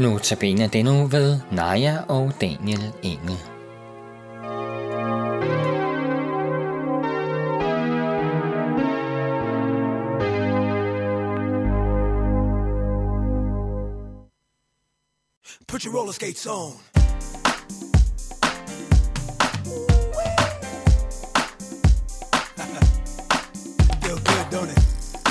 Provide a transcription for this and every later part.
Notabene denne uge ved Naja og Daniel Engel. Put your roller skates on. Feel good, don't it?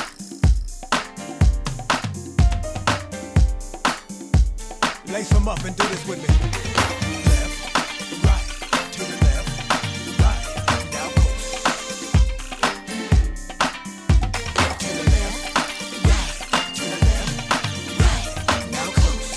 Lace them up and do this with me. Left, right, to the left, right, now coast. To the left, right, to the left, right, now coast.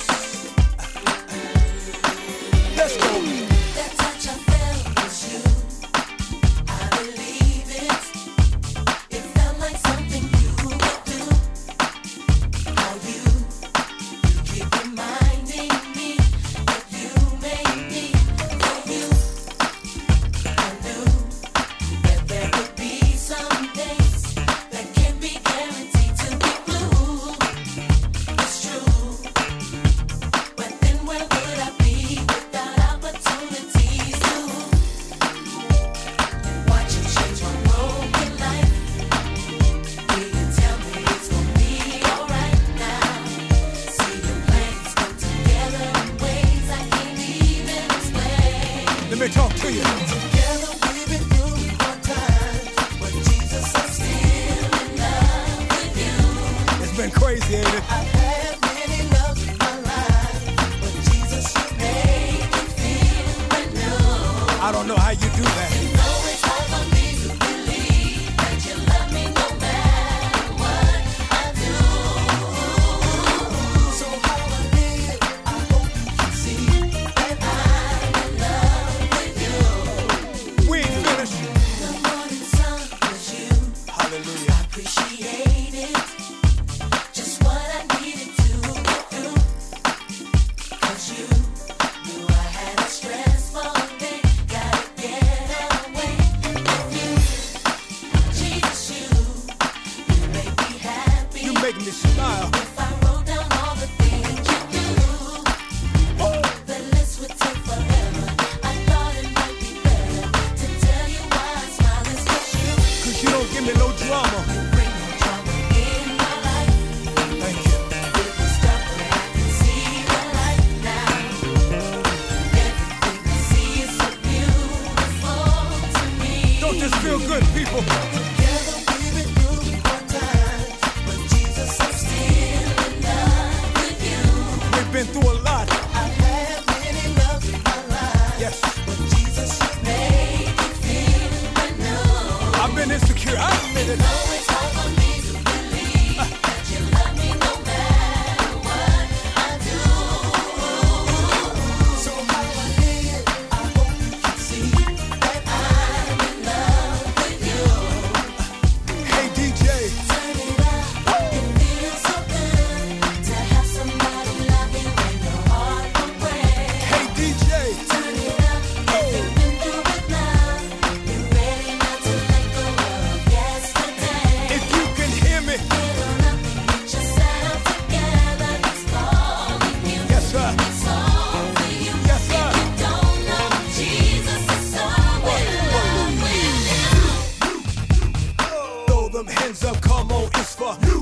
Let's go. That touch I felt was you. I believe it. It felt like something you would do. How you keep reminding me that you made me for you. I knew that there would be some days that can't be guaranteed to be blue. It's true. But then where would I be without opportunities to watch you change my broken life? Will you tell me it's gonna be alright now? See your plans come together in ways I can't even explain. Let me talk to you. Together we've been through hard times, but Jesus, I'm still in love with you. It's been crazy, ain't it? I've had many loves in my life, but Jesus, you made me feel brand new. I don't know how you do that. Know it's hard for me to believe that you love me no matter what I do. So how I live, I hope you can see that I'm in love with you. We ain't finished. The morning sun was you. Hallelujah. Appreciate it. Just what I needed to get through. 'Cause you knew I had a stressful day. Gotta get away with you. Jesus, you make me happy. You make me smile. If I wrote down all the things you do, the list would take forever. I thought it might be better to tell you why I smile. It's 'cause you Cause you don't give me no drama. bring no drama in my life. Thank you. It was dark, but I can see the light now. Everything I see is so beautiful to me. Don't this feel good, people? Together we've been through hard times, but Jesus, I'm still in love with you. We've been through a lot. I've had many loves in my life, Yes. but Jesus, you made me feel brand new. I've been insecure. I admit it. Know it's hard for me to believe that you love me no matter what I do. So how I live, I hope you can see that I'm in love with you. Hey, DJ. Turn it up, it feels so good to have somebody love you when your heart won't break. Hey, DJ. Turn it up, if you've been through with love, you're ready not to let go of yesterday. If you can hear me. Get on up, get yourself together, it's calling you. Yes, sir. It's all for you. Yes, sir. If you don't know Jesus is so in love with you. Throw them hands up, come on, it's for you.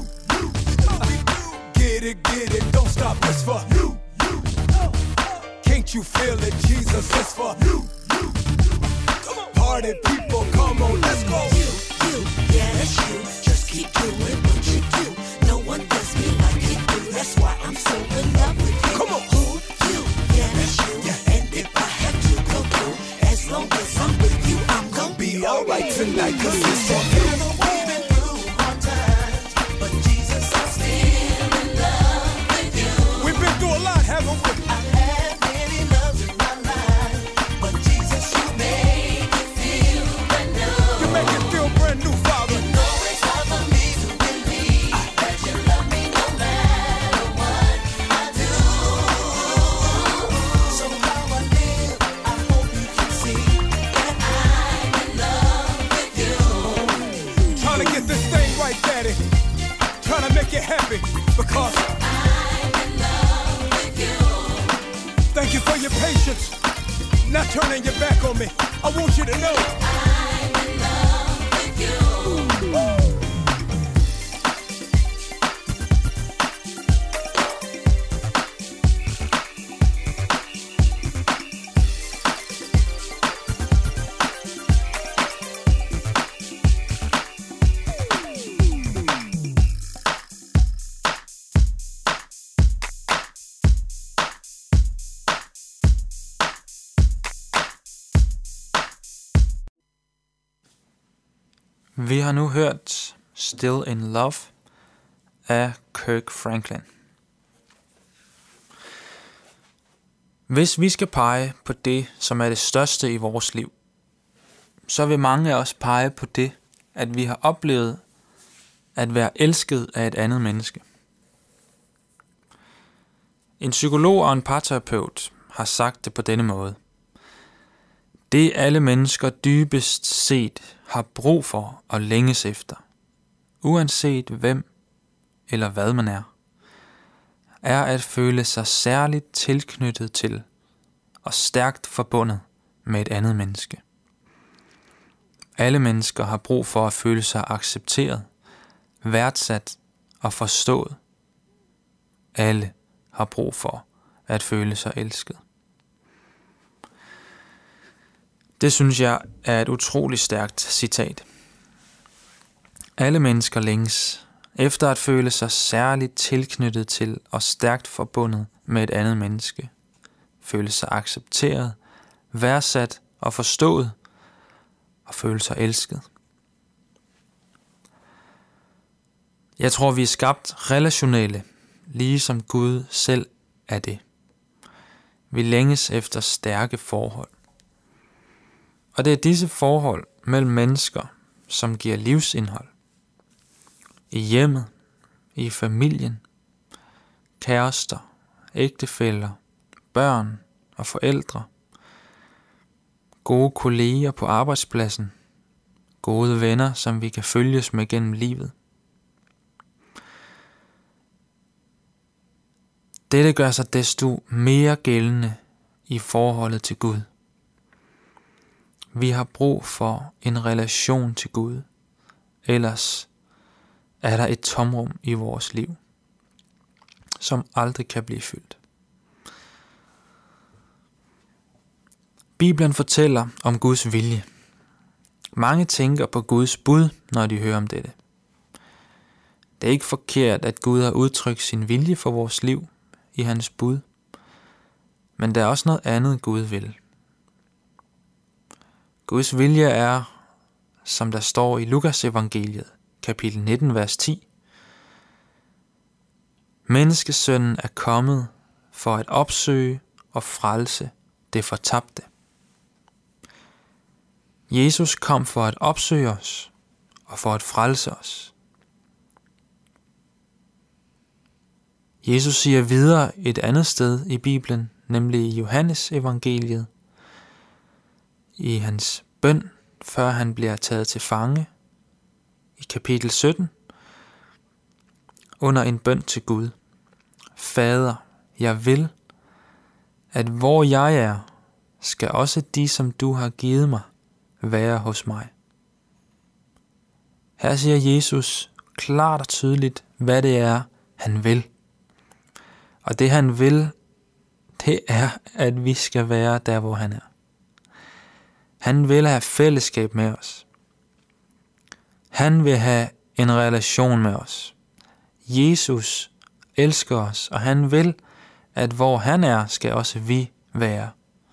Get it, don't stop, it's for you. Can't you feel it? Jesus is for you. Party people, come on, let's go. You, yeah, that's you. Just keep doing what you do. No one does me like you do. That's why I'm so in love with you. Come on. Who you? Yeah, that's you. And if I have to go through, as long as I'm with you, I'm gonna Be alright tonight, cause it's for you. Together we've been through hard times, but Jesus, I'm still in love with you. We've been through a lot, haven't we? I've had many loves in my life, but Jesus, you made me feel brand new. You make it feel brand new, Father. Know it's hard for me to believe that you love me no matter what I do. So how I live, I hope you can see that I'm in love with you. Trying to get this thing right, Daddy. Trying to make you happy because I'm in love with you. not turning your back on me. I want you to know I'm in love with you. Vi har nu hørt Still in Love af Kirk Franklin. Hvis vi skal pege på det, som er det største i vores liv, så vil mange af os pege på det, at vi har oplevet at være elsket af et andet menneske. En psykolog og en parterapeut har sagt det på denne måde. Det alle mennesker dybest set har brug for og længes efter, uanset hvem eller hvad man er at føle sig særligt tilknyttet til og stærkt forbundet med et andet menneske. Alle mennesker har brug for at føle sig accepteret, værdsat og forstået. Alle har brug for at føle sig elsket. Det synes jeg er et utroligt stærkt citat. Alle mennesker længes efter at føle sig særligt tilknyttet til og stærkt forbundet med et andet menneske. Føle sig accepteret, værdsat og forstået og føle sig elsket. Jeg tror, vi er skabt relationelle, ligesom Gud selv er det. Vi længes efter stærke forhold. Og det er disse forhold mellem mennesker, som giver livsindhold. I hjemmet, i familien, kærester, ægtefæller, børn og forældre, gode kolleger på arbejdspladsen, gode venner, som vi kan følges med gennem livet. Dette gør sig desto mere gældende i forholdet til Gud. Vi har brug for en relation til Gud, ellers er der et tomrum i vores liv, som aldrig kan blive fyldt. Bibelen fortæller om Guds vilje. Mange tænker på Guds bud, når de hører om dette. Det er ikke forkert, at Gud har udtrykt sin vilje for vores liv i hans bud, men der er også noget andet, Gud vil. Guds vilje er, som der står i Lukas evangeliet, kapitel 19, vers 10. Menneskesønnen er kommet for at opsøge og frelse det fortabte. Jesus kom for at opsøge os og for at frelse os. Jesus siger videre et andet sted i Bibelen, nemlig i Johannes evangeliet, i hans bøn, før han bliver taget til fange, i kapitel 17, under en bøn til Gud. Fader, jeg vil, at hvor jeg er, skal også de, som du har givet mig, være hos mig. Her siger Jesus klart og tydeligt, hvad det er, han vil. Og det han vil, det er, at vi skal være der, hvor han er. Han vil have fællesskab med os. Han vil have en relation med os. Jesus elsker os, og han vil, at hvor han er, skal også vi være.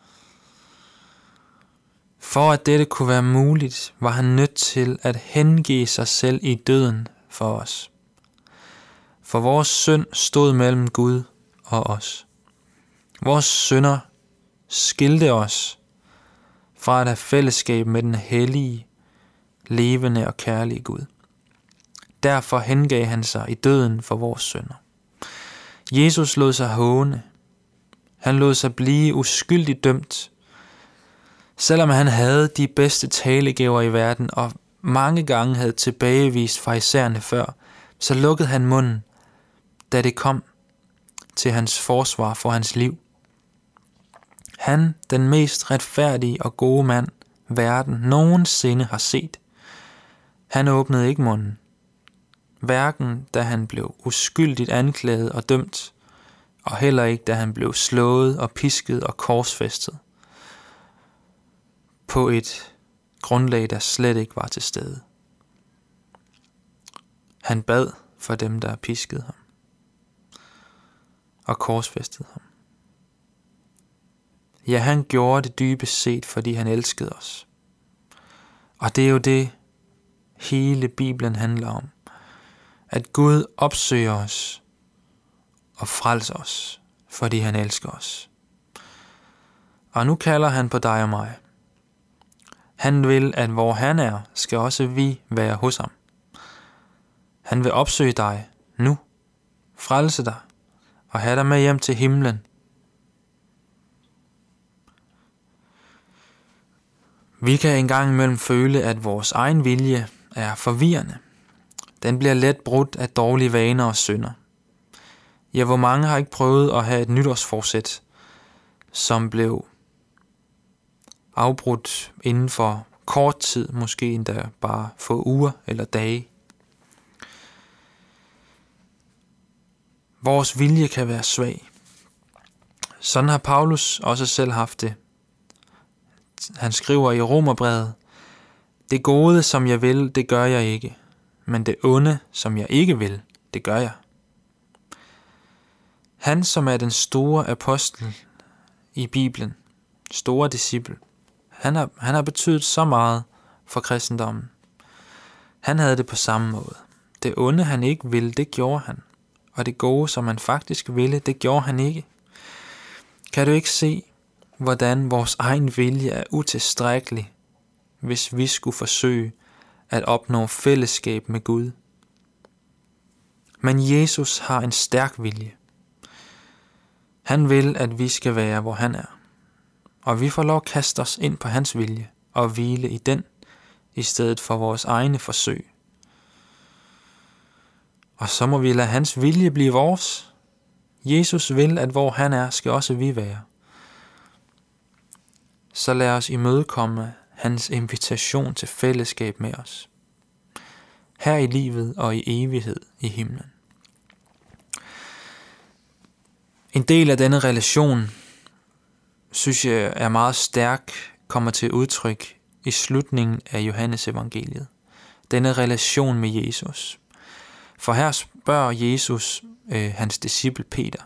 For at dette kunne være muligt, var han nødt til at hengive sig selv i døden for os. For vores synd stod mellem Gud og os. Vores synder skilte os fra at have fællesskab med den hellige, levende og kærlige Gud. Derfor hengav han sig i døden for vores synder. Jesus lod sig håne. Han lod sig blive uskyldigt dømt. Selvom han havde de bedste talegaver i verden, og mange gange havde tilbagevist farisæerne før, så lukkede han munden, da det kom til hans forsvar for hans liv. Han, den mest retfærdige og gode mand, verden nogensinde har set. Han åbnede ikke munden. Hverken da han blev uskyldigt anklaget og dømt, og heller ikke da han blev slået og pisket og korsfæstet. På et grundlag, der slet ikke var til stede. Han bad for dem, der piskede ham og korsfæstede ham. Ja, han gjorde det dybest set, fordi han elskede os. Og det er jo det, hele Bibelen handler om. At Gud opsøger os og frelser os, fordi han elsker os. Og nu kalder han på dig og mig. Han vil, at hvor han er, skal også vi være hos ham. Han vil opsøge dig nu, frelse dig og have dig med hjem til himlen. Vi kan engang imellem føle, at vores egen vilje er forvirrende. Den bliver let brudt af dårlige vaner og synder. Ja, hvor mange har ikke prøvet at have et nytårsforsæt, som blev afbrudt inden for kort tid, måske endda bare få uger eller dage. Vores vilje kan være svag. Sådan har Paulus også selv haft det. Han skriver i Romerbrevet: det gode, som jeg vil, det gør jeg ikke, men det onde, som jeg ikke vil, det gør jeg. Han, som er den store apostel i Bibelen, store disciple, han har betydet så meget for kristendommen. Han havde det på samme måde. Det onde, han ikke ville, det gjorde han. Og det gode, som han faktisk ville, det gjorde han ikke. Kan du ikke se, hvordan vores egen vilje er utilstrækkelig, hvis vi skulle forsøge at opnå fællesskab med Gud? Men Jesus har en stærk vilje. Han vil, at vi skal være, hvor han er. Og vi får lov at kaste os ind på hans vilje og hvile i den, i stedet for vores egne forsøg. Og så må vi lade hans vilje blive vores. Jesus vil, at hvor han er, skal også vi være. Så lad os imødekomme hans invitation til fællesskab med os. Her i livet og i evighed i himlen. En del af denne relation, synes jeg er meget stærk, kommer til udtryk i slutningen af Johannes evangeliet. Denne relation med Jesus. For her spørger Jesus hans disciple Peter: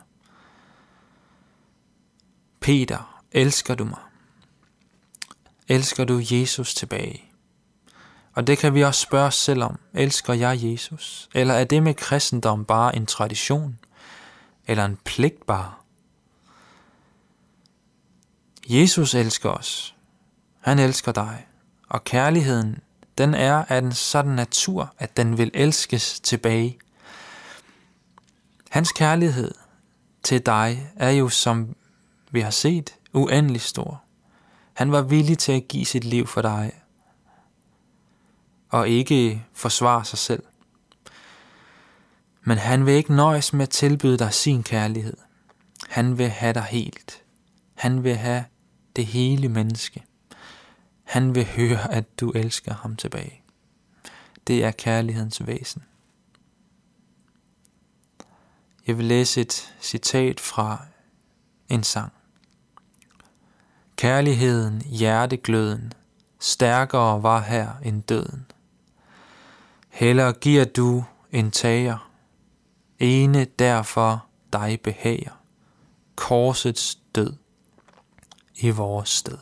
Peter, elsker du mig? Elsker du Jesus tilbage? Og det kan vi også spørge os selv om. Elsker jeg Jesus? Eller er det med kristendom bare en tradition? Eller en pligt bare? Jesus elsker os. Han elsker dig. Og kærligheden, den er af en sådan natur, at den vil elskes tilbage. Hans kærlighed til dig er jo, som vi har set, uendelig stor. Han var villig til at give sit liv for dig, og ikke forsvare sig selv. Men han vil ikke nøjes med at tilbyde dig sin kærlighed. Han vil have dig helt. Han vil have det hele menneske. Han vil høre, at du elsker ham tilbage. Det er kærlighedens væsen. Jeg vil læse et citat fra en sang. Kærligheden, hjertegløden, stærkere var her end døden. Hellere giver du end tager, ene derfor dig behager, korsets død i vores sted.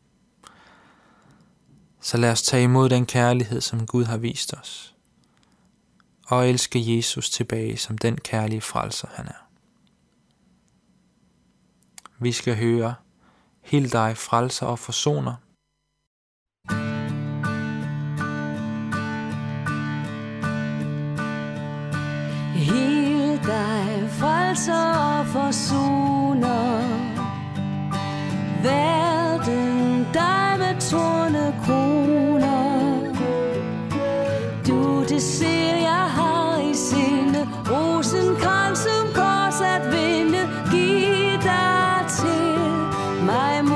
Så lad os tage imod den kærlighed, som Gud har vist os, og elske Jesus tilbage som den kærlige frelser han er. Vi skal høre: Hil dig, frelser og forsoner. Hil dig, frelser og forsoner, verden dig med tornekroner. Du, det ser jeg har i sinde, rosenkrans som kors at vinde, giv dig til mig.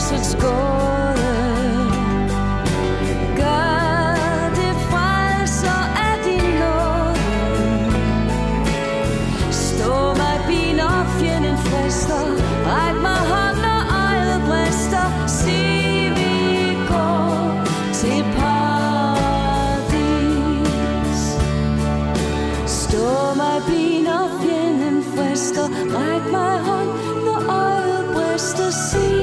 lysets gåde. Gør det, frelser af din nåde. Stå mig bi, når fjenden frister. Ræk mig hånd, når øjet brister. Sig, vi går til paradis. Stå mig bi, når fjenden frister. Ræk mig hånd, når øjet brister. Sig,